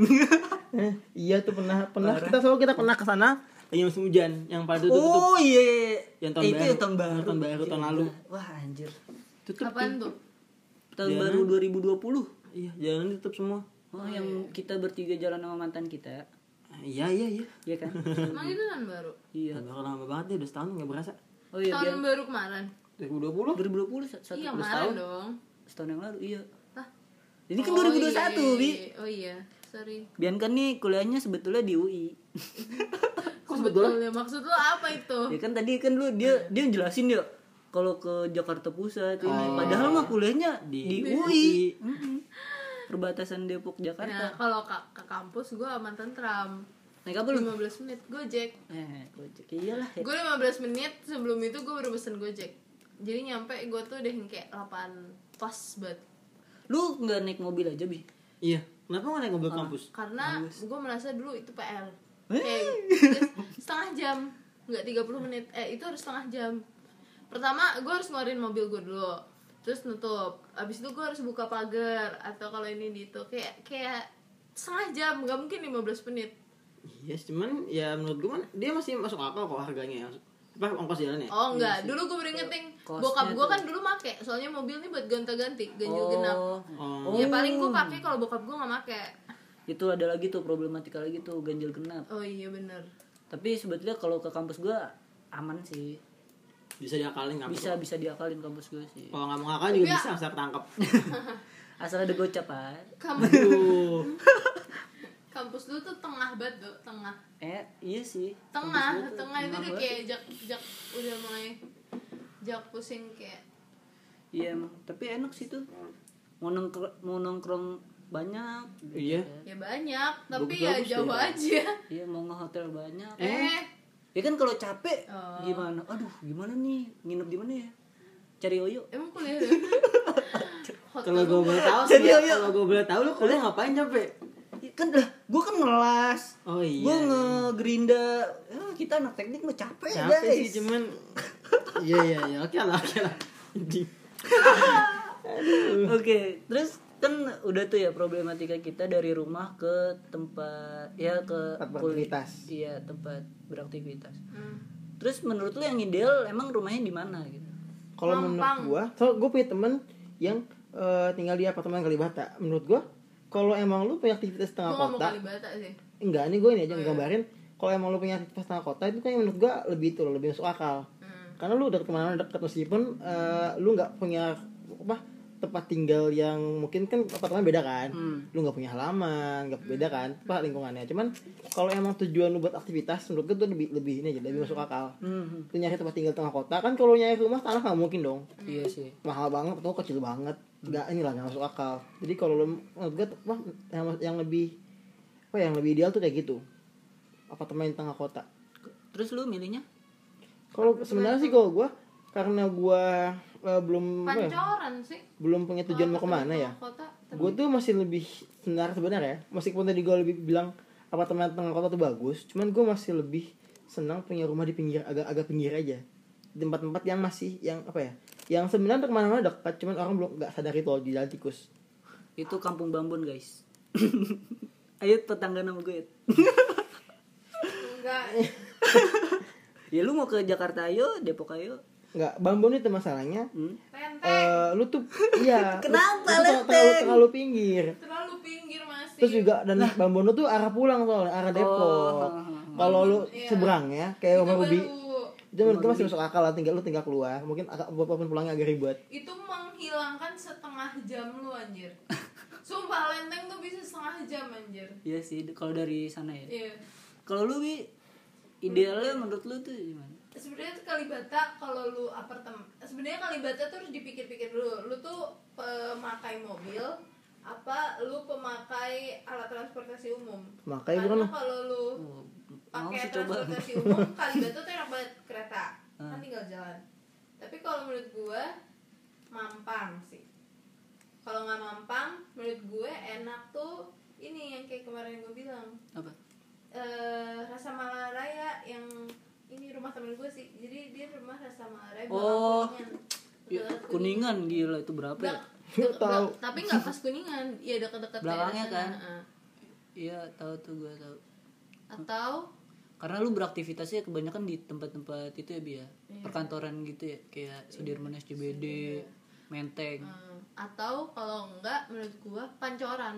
Iya tuh pernah kita pernah ke sana lagi musim hujan yang pada tutup. Oh iya. Yang tahun baru tahun lalu. Wah anjir. Tutup. Kapan tuh? Tahun baru 2020. Iya, jalan tutup semua. Oh, yang kita bertiga jalan sama mantan kita. Iya. Iya kan? Emang itu tahun baru? Iya. Udah lama banget ya, udah setahun nggak berasa. Oh iya, Tahun baru kemarin? 2020. 2020 satu Iya, udah kemarin dong. setahun yang lalu, iya. Hah? Ini kan Oh, 2021, iya. Bi. Oh iya, sorry. Bian kan nih kuliahnya sebetulnya di UI. Sebetulnya maksud lo apa itu? Ya kan tadi kan lu dia jelasin ya kalau ke Jakarta Pusat ini. Padahal mah kuliahnya di UI. Perbatasan Depok Nah, Jakarta. kalau ke kampus gue aman tentram. Naik apa lu? 15 menit Gojek. Gojek. Iyalah ya. Gue 15 menit sebelum itu gue baru pesen Gojek. Jadi nyampe gue tuh udah kayak 8 pas banget. Lu enggak naik mobil aja, Bi? Iya. Kenapa nggak naik mobil kampus? Karena gue merasa dulu itu PR. Kayak setengah jam, nggak 30 menit. Itu harus setengah jam. Pertama gue harus ngeluarin mobil gue dulu, terus nutup. Abis itu gue harus buka pagar atau kalau ini di itu kayak setengah jam, nggak mungkin 15 menit. Iya, cuman ya menurut gue dia masih masuk akal kok harganya. Apa ongkos jalannya? Oh enggak, dulu gue beringetin bokap gue kan dulu make, soalnya mobil ini buat gonta-ganti, ganjil genap. Ya paling gue pakai kalau bokap gue nggak make. Itu ada lagi tuh problematika lagi tuh ganjil genap. Oh iya bener. Tapi sebetulnya kalau ke kampus gua aman sih. Bisa diakalin kampus. Bisa diakalin kampus gue sih. Kalau nggak mau ngakalin juga bisa asal ketangkep. Asal ada gocap kan. Kampus lu tuh tengah banget tuh, tengah. Iya sih. Tengah itu udah kayak jak udah mulai jak pusing kayak. Iya emang, tapi enak sih tuh. Mau nongkrong banyak. Iya. Ya banyak, tapi Bagus-bagus ya jauh ya. aja. Iya mau nge-hotel banyak. Eh, Ya kan kalau capek gimana? Aduh, gimana nih? Nginep di mana ya? Cari Oyo. emang kuliah lu? Kalau gue boleh tahu, kalau gue boleh tahu lu kuliah ngapain capek? Kan lah, gue kan ngelas. Oh iya. Gue ngegerinda. Kita anak teknik mah capek Capek guys. sih cuman iya oke lah. Oke, terus kan udah tuh ya problematika kita dari rumah ke tempat ya ke beraktivitas. Iya, tempat beraktivitas. Terus menurut lu yang ideal emang rumahnya di mana gitu? Kalau menurut gua, gue punya temen yang tinggal di apartemen Kalibata. Menurut gua, kalau emang lu punya aktivitas tengah Gua kota, mau Kalibata sih. enggak, ini gue ini aja nggambarin. Kalau emang lu punya aktivitas tengah kota itu kan menurut gua lebih masuk akal. Karena lu udah kemana-mana dekat, meskipun lu nggak punya tempat tinggal yang mungkin kan apartemen beda kan, lu nggak punya halaman, nggak beda kan, lingkungannya. Cuman kalau emang tujuan lu buat aktivitas, menurut gue tuh lebih ini aja, lebih masuk akal. Lu nyari tempat tinggal tengah kota kan, kalau nyari rumah tanah nggak mungkin dong. Iya sih. Mahal banget atau kecil banget, nggak masuk akal. Jadi kalau lu menurut gue yang lebih yang lebih ideal tuh kayak gitu, apartemen tengah kota. Terus lu milihnya? Kalau sebenarnya sih kalau gue, karena gue belum Pancoran sih. belum punya tujuan mau kemana ya. Gue tuh masih lebih sebenarnya, meskipun tadi gue lebih bilang apartemen tengah kota tuh bagus, cuman gue masih lebih senang punya rumah di pinggir, agak pinggir aja, di tempat-tempat yang masih yang yang sebenarnya kemana-mana dekat, cuman orang belum nggak sadar itu di jalan tikus. Itu Kampung Bambun guys. Ayo tetangga nama gue. Enggak. Ya lu mau ke Jakarta ayo, Depok ayo. Nggak, Bambun itu masalahnya. Lu tuh Kenapa lu terlalu pinggir. Terlalu pinggir masih. Terus juga dan Bambun tuh arah pulang soalnya, arah Depok. Kalau lu seberang ya, kayak rumah Ruby. Itu menurut gue masih masuk akal lah, tinggal keluar. Mungkin walaupun pulangnya agak ribet. Itu menghilangkan setengah jam lu anjir. Sumpah Lenteng tuh bisa setengah jam anjir. Iya sih, kalau dari sana ya. Iya. Kalau lu idealnya menurut lu tuh gimana? Sebenarnya Kalibata kalau lu apartemen, sebenarnya Kalibata tuh harus dipikir-pikir dulu. Lu tuh pemakai mobil apa lu pemakai alat transportasi umum? Makanya karena kalau lu pakai transportasi umum Kalibata tuh enak banget, kereta kan tinggal jalan. Tapi kalau menurut gue Mampang sih. Kalau nggak Mampang, menurut gue enak tuh ini yang kayak kemarin gue bilang. Apa? Rasa Malaya yang ini rumah temen gue sih. Jadi dia rumah Rasa Malaya Kuningan gila itu berapa ya? Tahu. Tapi nggak pas Kuningan, ya dekat-dekat belakangnya kan. Iya tahu tuh gue tahu. Atau karena lu beraktivitasnya kebanyakan di tempat-tempat itu ya Bia, perkantoran gitu ya, kayak Sudirman SCBD, Menteng. Atau kalau enggak menurut gua Pancoran.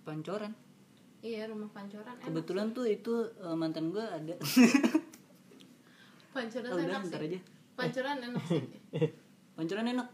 Iya, rumah Pancoran enak. Kebetulan tuh itu mantan gua ada. Pancoran enak sih. Aja. Pancoran enak sih. Pancoran enak.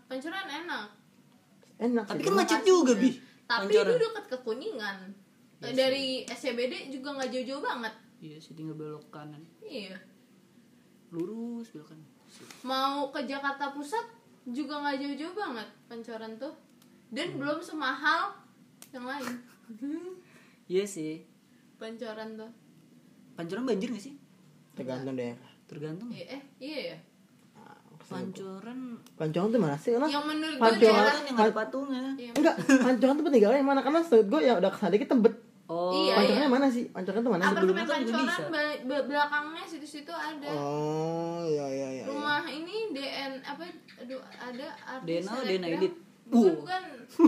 Enak. Tapi kan macet juga Bi. Tapi itu dekat ke Kuningan. Yes, dari SCBD juga nggak jauh-jauh banget. Iya sih, tinggal belok kanan. Iya. Lurus belok kanan. Mau ke Jakarta Pusat juga nggak jauh-jauh banget Pancoran tuh. Dan belum semahal yang lain. Iya sih. Pancoran tuh. Pancoran banjir nggak sih? Tergantung deh. Tergantung. Iya ya. Pancoran tuh mana sih? Yang menurut gue daerah yang ada patungnya. Enggak, Pancoran tuh peninggalannya yang mana? Karena menurut gue ya udah kesana dikit tebet. Iya, Pancorannya mana sih? Pancoran tuh mana? Apartemen Pancoran belakangnya situ-situ ada. Oh, iya. Rumah ini DN apa? Aduh, ada artis. Dena Edit. Bukan.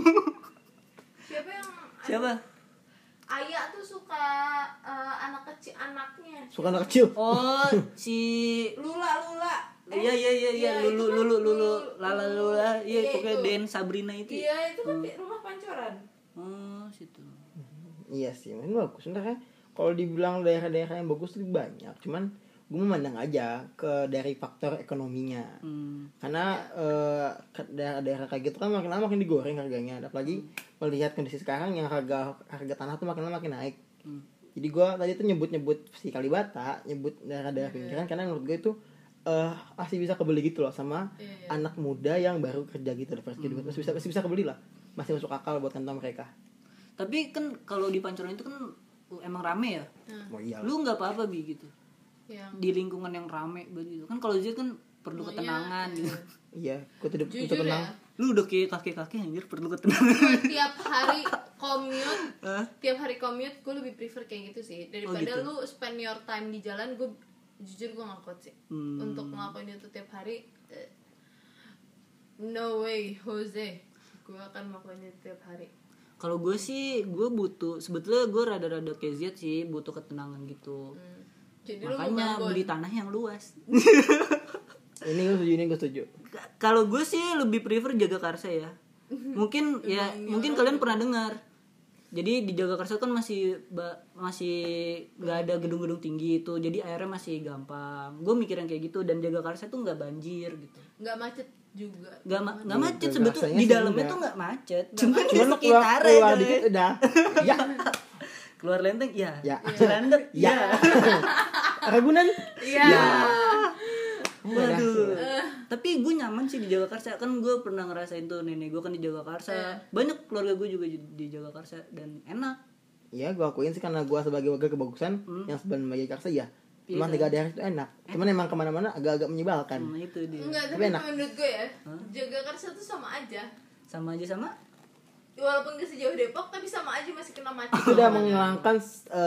Siapa? Ayah tuh suka anaknya. Suka anak kecil. Oh, si Lula. Iya, Lulu, Lala, iya pokoknya Den Sabrina itu. Iya, itu kan rumah Pancoran. Oh, situ. Iya sih, ini bagus. Sebenarnya kalau dibilang daerah-daerah yang bagus tuh banyak. Cuman gue memandang aja ke dari faktor ekonominya. Karena daerah kayak gitu kan makin lama makin digoreng harganya. Apalagi melihat kondisi sekarang yang harga tanah tuh makin lama makin naik. Jadi gue tadi tuh nyebut si Kalibata, nyebut daerah-daerah pinggiran karena menurut gue itu masih bisa kebeli gitu loh sama anak muda yang baru kerja gitu, fresh graduate, masih bisa kebeli lah, masih masuk akal buat kantong mereka. Tapi kan kalau di Pancoran itu kan emang rame ya. Oh iya. Lu nggak apa-apa bi gitu. Yang Di lingkungan yang rame begitu. Kan kalau Zid kan perlu ketenangan gitu. Iya, gue tuh jujur tenang. ya, Lu udah kayak kakek-kakek anjir perlu ketenangan. gue tiap hari commute gue lebih prefer kayak gitu sih daripada gitu? lu spend your time di jalan. Gue jujur gue nggak kuat sih untuk ngelakuin itu tiap hari. No way Jose, gue akan melakukan itu tiap hari. Kalau gue sih gue butuh, sebetulnya gue rada-rada kayak Zid sih, butuh ketenangan gitu. Jadi Makanya lu beli tanah yang luas. Ini gue setuju. Kalau gue sih lebih prefer Jagakarsa ya. Mungkin ya mungkin kalian pernah dengar. Jadi di Jagakarsa kan masih nggak ada gedung-gedung tinggi itu, jadi airnya masih gampang. Gue mikir yang kayak gitu, dan Jagakarsa tuh nggak banjir gitu. nggak macet juga. Nggak macet Jagakarsa sebetulnya, di sih dalamnya enggak. tuh nggak macet. Cuma di Cuman lu sekitarnya keluar coy. dikit udah. Ya. Keluar Lenteng ya. Ya. Cilandak ya. Ragunan. Iya. Waduh. Tapi gue nyaman sih di Jagakarsa. Kan gue pernah ngerasain tuh, nenek gue kan di Jagakarsa. Banyak keluarga gue juga di Jagakarsa dan enak. Iya, gue akuin sih karena gue sebagai warga kebagusan yang sebagai Jagakarsa ya. Cuma 3 daerah itu enak. Cuman emang kemana-mana agak-agak menyebalkan. Itu dia. Enggak, Tapi tapi enak. menurut gue ya, Jagakarsa tuh sama aja. Sama aja sama. Walaupun gak sejauh Depok, tapi sama aja masih kena macet. Itu udah menghilangkan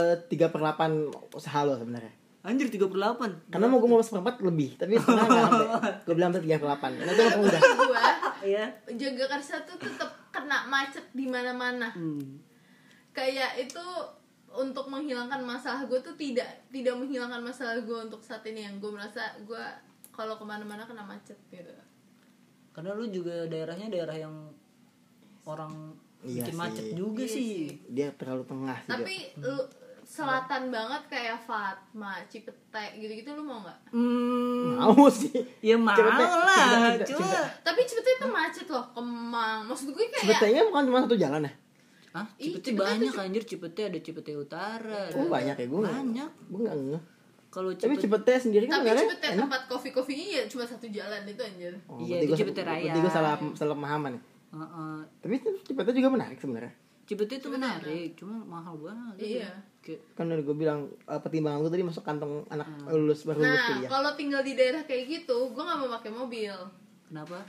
3/8 usaha lo sebenarnya. Anjir 38. Karena gue mau 1/4 lebih, tapi sebenarnya nggak sampai. Gue bilang 3/8. Nanti lo udah. Gue Iya. Jagakarsa tuh tetap kena macet di mana-mana. Kayak itu untuk menghilangkan masalah gue tuh tidak menghilangkan masalah gue untuk saat ini, yang gue merasa gue kalau kemana-mana kena macet gitu. Karena lu juga daerahnya daerah yang orang Iya bikin sih. macet juga Iya sih. Dia terlalu tengah sih. Tapi lu selatan banget kayak Fatma, Cipete gitu-gitu lu mau nggak? Mau sih. Ya mau lah, cuma Tapi Cipete itu macet loh, Kemang. Maksud gue kayak Sebetulnya bukan cuma satu jalan ya. ah, Ih, Cipete Cipete banyak tuh- anjir, Cipete ada Cipete Utara. Oh banyak ya gue. Banyak. Gue nggak ngeh. Kalau Tapi Cipete Cipete sendiri kan tapi sebenarnya Cipete enak. tempat kopi-kopinya ya cuma satu jalan itu anjir. Oh, Iya, berarti itu gua- Cipete Raya. Berarti gue salah pemahaman ya. Tapi Cipete juga menarik sebenarnya. Cipete itu menarik, cuma mahal banget. Iya. Kayak Kan udah gue bilang pertimbangan gue tadi masuk kantong anak lulus baru lulus Nah, kuliah. kalau tinggal di daerah kayak gitu, gue nggak mau pakai mobil. kenapa?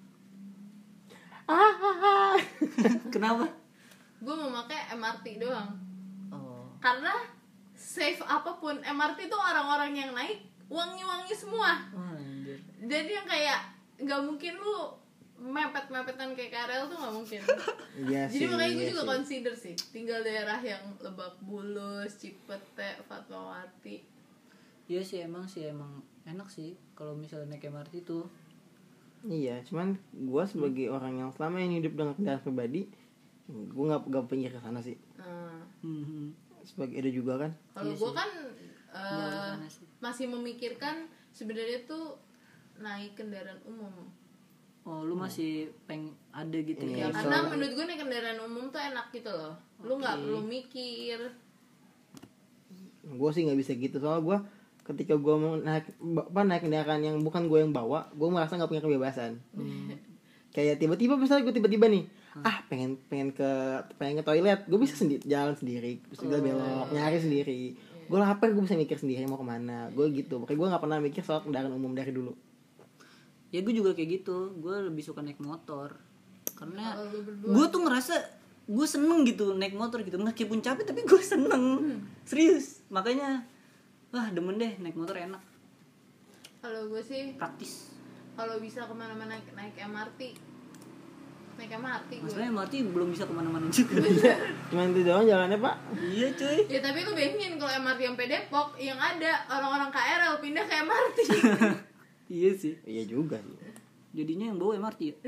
Ah. Kenapa? Gue mau pakai MRT doang. Oh. Karena safe apapun MRT tuh orang-orang yang naik wangi-wangi semua. Oh, anjir. Jadi yang kayak nggak mungkin lu mepet-mepetan kayak KRL tuh nggak mungkin. Iya Jadi sih. makanya gue iya juga sih. consider sih tinggal daerah yang Lebak Bulus, Cipete, Fatmawati. Iya sih emang enak sih kalau misalnya naik MRT tuh. Iya, cuman gue sebagai orang yang selama ini hidup dengan kendaraan pribadi, gue nggak pinggir ke sana sih. Nah, Sebagai ada juga kan. kalau Iya gue sih. kan Sana sih. masih memikirkan sebenarnya tuh naik kendaraan umum. Oh, lu masih ada gitu Iya, Ya, ya. karena menurut gue naik kendaraan umum tuh enak gitu loh. Lu nggak perlu mikir. Gue sih nggak bisa gitu, soalnya gue ketika gue mau naik kendaraan yang bukan gue yang bawa, gue merasa nggak punya kebebasan. Kayak tiba-tiba misalnya gue tiba-tiba nih, pengen ke toilet, gue bisa jalan sendiri, bisa belok, nyari sendiri. Gue lapar, gue bisa mikir sendiri mau kemana. Gue gitu, makanya gue nggak pernah mikir soal kendaraan umum dari dulu. Ya gue juga kayak gitu, gue lebih suka naik motor. Karena Kalau lu berdua, gue tuh ngerasa gue seneng gitu naik motor gitu, meskipun capek tapi gue seneng. Serius, makanya wah demen deh naik motor, enak, kalau gue sih praktis. kalau bisa kemana-mana naik MRT, naik MRT gue. Masalahnya MRT belum bisa kemana-mana juga. Cuman itu doang jalannya pak. Iya cuy. Ya tapi lu bayangin kalau MRT sampai Depok, yang ada orang-orang KRL pindah ke MRT. Iya sih. Iya juga sih. Jadinya yang bawa MRT ya.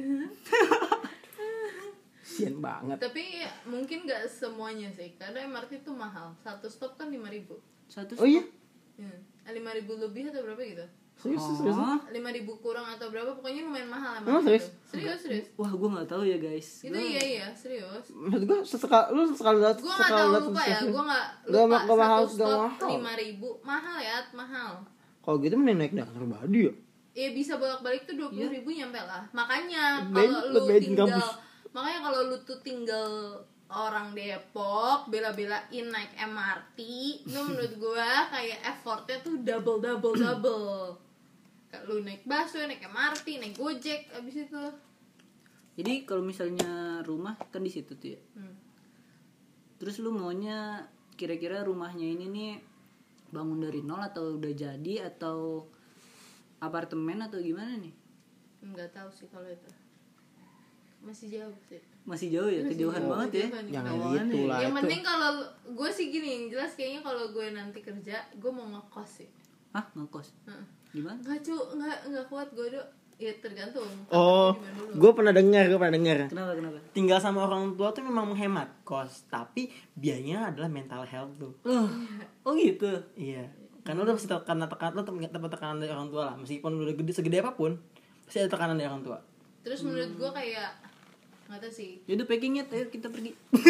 Sian banget. Tapi mungkin nggak semuanya sih, karena MRT tuh mahal. Satu stop kan 5.000. Satu Oh iya, 5.000 lebih atau berapa gitu. Serius. 5.000 kurang atau berapa, pokoknya lumayan mahal Emang serius? Serius. Wah, gue nggak tahu ya guys. Itu iya serius. Maksud gue sekali lihat Gue nggak tahu lupa ya, gue nggak lupa. Satu stop 5.000 mahal. Kalau gitu mending naik kendaraan pribadi ya. Ya bisa bolak-balik tuh 20.000 nyampe lah. Makanya kalau lu tuh tinggal orang Depok bela-belain naik MRT, itu menurut gua kayak effortnya tuh double. Kayak lu naik busway, naik MRT, naik Gojek abis itu. Jadi kalau misalnya rumah kan di situ tuh ya. Terus lu maunya kira-kira rumahnya ini nih bangun dari nol atau udah jadi atau apartemen atau gimana nih? Nggak tahu sih kalau itu. Masih jauh sih. Masih jauh ya, kejauhan banget ya. Jangan gitu lah. Yang penting kalau gue sih gini, yang jelas kayaknya kalau gue nanti kerja, gue mau ngekos sih. Hah, ngekos? Gimana? Nggak kuat gue tuh. Ya tergantung. Gue pernah dengar. Kenapa? Tinggal sama orang tua tuh memang menghemat kos, tapi biayanya adalah mental health tuh. Oh gitu. Iya. Karena udah pasti tekanan dari orang tua lah, meskipun udah segede apapun, pasti ada tekanan dari orang tua. Terus menurut gue kayak nggak tahu sih. Yaudah packingnya, ayo kita pergi.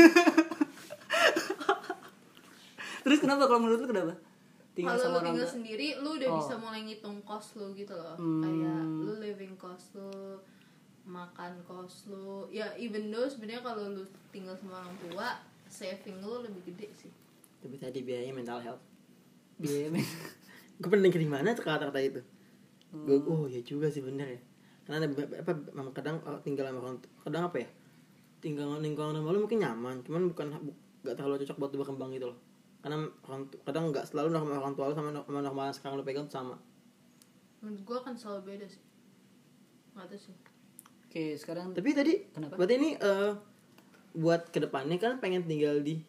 Terus kenapa kalau menurut lu kenapa? Kalau lu tinggal sendiri, lu udah bisa mulai ngitung cost lu gitu loh. Kayak lu living cost lu, makan cost lu. Ya even though sebenarnya kalau lu tinggal sama orang tua, saving lu lebih gede sih. Tapi tadi biayanya mental health. Biaya. Gue pernah dengar di mana tuh kata-kata itu. Oh ya juga sih, bener ya. Karena memang kadang tinggal sama orang, kadang apa ya, tinggal lingkungan rumah lu mungkin nyaman, cuman gak terlalu cocok buat lu berkembang gitu loh. Karena kadang gak selalu normal orang tua lu sama normal sekarang lu pegang tuh sama. Menurut gue kan selalu beda sih. Gak tahu sih. Oke, sekarang. Tapi tadi kenapa? Berarti ini buat kedepannya kan pengen tinggal di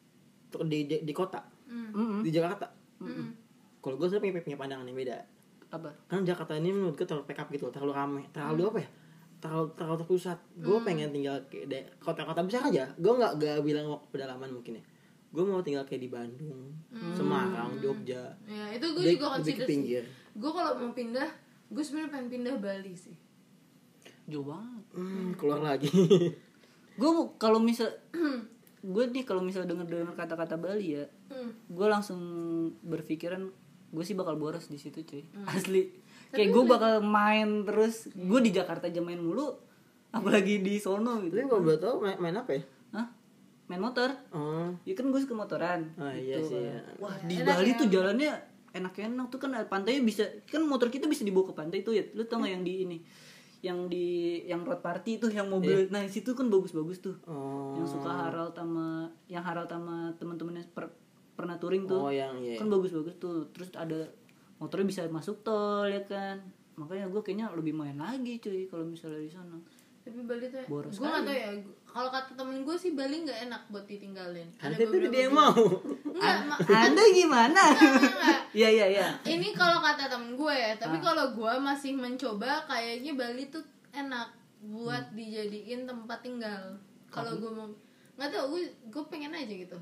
kota, di Jakarta. Kalau gue sebenarnya punya pandangan yang beda. Apa? Kan Jakarta ini menurut gue terlalu pack up gitu, terlalu ramai, terlalu apa ya, terlalu terpusat. Gue pengen tinggal kayak kota-kota besar aja. Gue nggak bilang mau ke pedalaman mungkin ya. Gue mau tinggal kayak di Bandung, Semarang, Jogja. Ya itu gue juga consider sih. Pinggir. Gue kalau mau pindah, gue sebenarnya pengen pindah Bali sih. Jauh banget. Keluar lagi. Gue kalau misal kalau misal dengar kata-kata Bali ya, gue langsung berpikiran gue sih bakal boros di situ cuy. Asli. Kayak gue bakal main terus. Gue di Jakarta aja main mulu, apalagi di sono gitu. Tapi kalau boleh tahu main apa ya? Hah? Main motor. Ya kan gue suka motoran. Iya gitu. sih. Ya. Wah, di Bali tuh jalannya enak-enak tuh kan, pantainya bisa, kan motor kita bisa dibawa ke pantai tuh ya. Lu tau gak yang di ini? Yang road party tuh, yang mobil. Nah, situ kan bagus-bagus tuh. Yang suka Harald sama teman-temannya pernah touring tuh. Kan bagus-bagus tuh. Terus ada motornya bisa masuk tol ya kan. Makanya gue kayaknya lebih main lagi cuy kalau misalnya di sana. Tapi Bali tuh gue nggak tahu ya, kalau kata temen gue sih Bali nggak enak buat ditinggalin. Ada itu dia yang mau. Anda gimana? Iya. Ini kalau kata temen gue ya, tapi kalau gue masih mencoba, kayaknya Bali tuh enak buat dijadiin tempat tinggal. Kalau gue mau, nggak tahu, gue pengen aja gitu.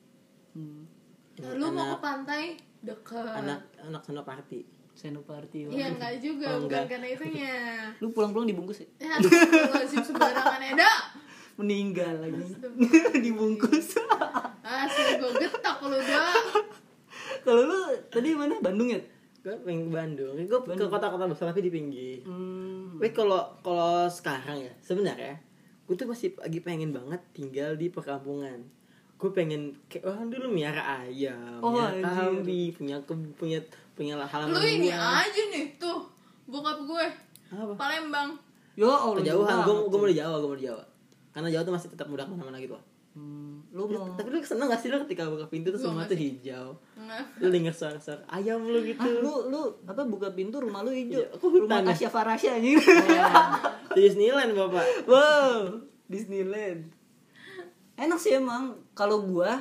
Lu mau ke pantai dekat. Anak Senopati. Senopati. Iya enggak juga, bukan karena itunya. Lu pulang-pulang dibungkus ya? Ya, lu sembarangan eda. Meninggal lagi. Dibungkus. Asli gue getak lu dah. Kalau lu tadi mana? Bandung ya? Gue pengen ke Bandung. Gue ke kota-kota besar tapi di pinggir. Tapi kalau sekarang ya, sebenarnya gue tuh masih lagi pengen banget tinggal di perkampungan. Gue pengen kayak orang dulu miara ayam, miara kambing, punya halaman. Lu ini aja nih tuh bokap gue. Apa? Palembang. Yo, kejauhan. Gue mau di Jawa. Karena Jawa tuh masih tetap mudah kemana-mana gitu. Lu mau? Tapi lu seneng gak sih lu ketika buka pintu tuh semua tuh hijau? Lu denger suara-suara ayam lu gitu. Lu apa buka pintu rumah lu hijau? Hutan rumah Tasya Farasya anjing. Disneyland bapak. Wow, Disneyland. Enak sih emang. Kalau gue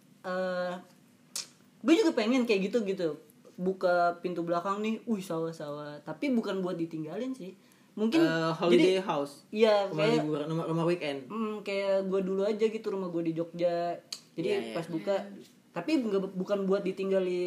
juga pengen kayak gitu. Buka pintu belakang nih, sawah-sawah. Tapi bukan buat ditinggalin sih. Mungkin holiday house. Iya, kayak rumah weekend. Kayak gue dulu aja gitu, rumah gue di Jogja. Jadi pas buka, tapi bukan buat ditinggali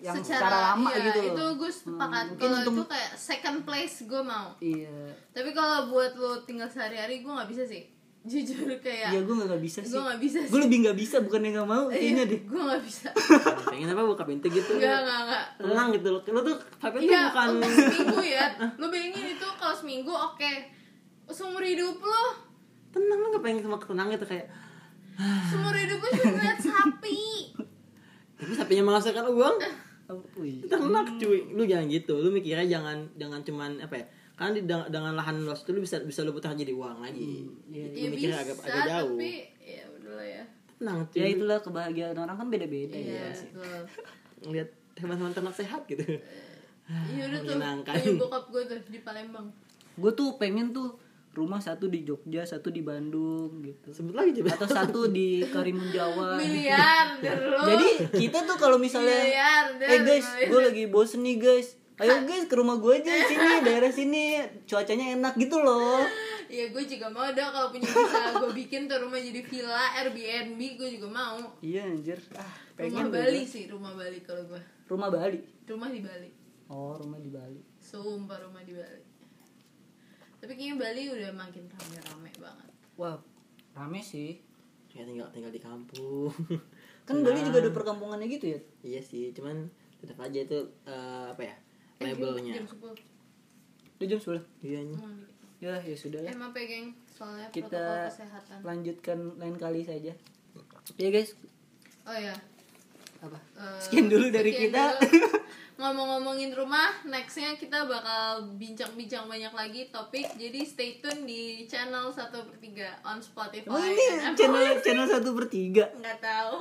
yang secara lama iya, gitu loh. Itu gue sepakat. Kalau itu kayak second place gue mau. Iya. Tapi kalau buat lo tinggal sehari-hari gue nggak bisa sih. Jujur kayak. Iya gue nggak bisa sih. Gue nggak bisa. Gue lebih nggak bisa bukan yang nggak mau kayaknya deh. Gue nggak bisa. Pengen apa buka pintu gitu. Enggak. Tenang gitu loh. Lo tuh vape tuh Iya, bukan untuk seminggu ya. Lo bayangin itu kalau seminggu oke. Seumur hidup lo. tenang, lo gak pengen sama ketenangan itu kayak Seumur hidup lo cuma lihat sapi. tapi sapinya menghasilkan uang. Wih. Ternak cuy. Lu jangan gitu. Lu mikirnya jangan cuman apa ya? Karena dengan lahan luas itu lu bisa lu putar jadi uang lagi. Ya Lu mikirnya bisa, agak jauh. tapi ya udahlah ya. Tenang cuy. Ya itulah kebahagiaan orang kan beda-beda Iya, ya. betul. Ngeliat teman-teman ternak sehat gitu. Iya udah tuh. Menyenangkan. Punya bokap gue tuh di Palembang. Gue tuh pengen tuh rumah satu di Jogja, satu di Bandung gitu. Sebut lagi coba. Atau satu di Karimun Jawa. Miliarder lo. Jadi kita tuh kalau misalnya Miliarder, guys, miliarder. gue lagi bosen nih guys. Ayo guys ke rumah gue aja sini, daerah sini cuacanya enak gitu loh. Ya gue juga mau dong kalau punya bisa gue bikin tuh rumah jadi villa, Airbnb gue juga mau. Iya anjir. Rumah Bali sih, rumah Bali kalau gue. Rumah Bali. Rumah di Bali. Oh, rumah di Bali. Sumpah rumah di Bali. Tapi kayaknya Bali udah makin rame-rame banget. Wah, rame sih. Ya tinggal di kampung. Kan Bali juga ada perkampungannya gitu ya. Iya sih, cuman tetap aja itu apa ya? Labelnya. Jam 10. Udah jam 10. Iya. Ya sudah lah. Emang pengen soalnya Kita protokol kesehatan. lanjutkan lain kali saja. Ya guys, Oh ya. apa? Sekian dulu dari kita. Ngomong-ngomongin rumah, nextnya kita bakal bincang-bincang banyak lagi topik. Jadi stay tune di channel 1/3 on Spotify. Oh ini and Apple channel 1/3. Nggak tahu.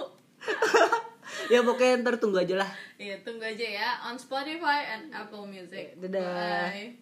Ya pokoknya ntar tunggu aja lah. Iya, tunggu aja ya on Spotify and Apple Music. Dadah. Bye.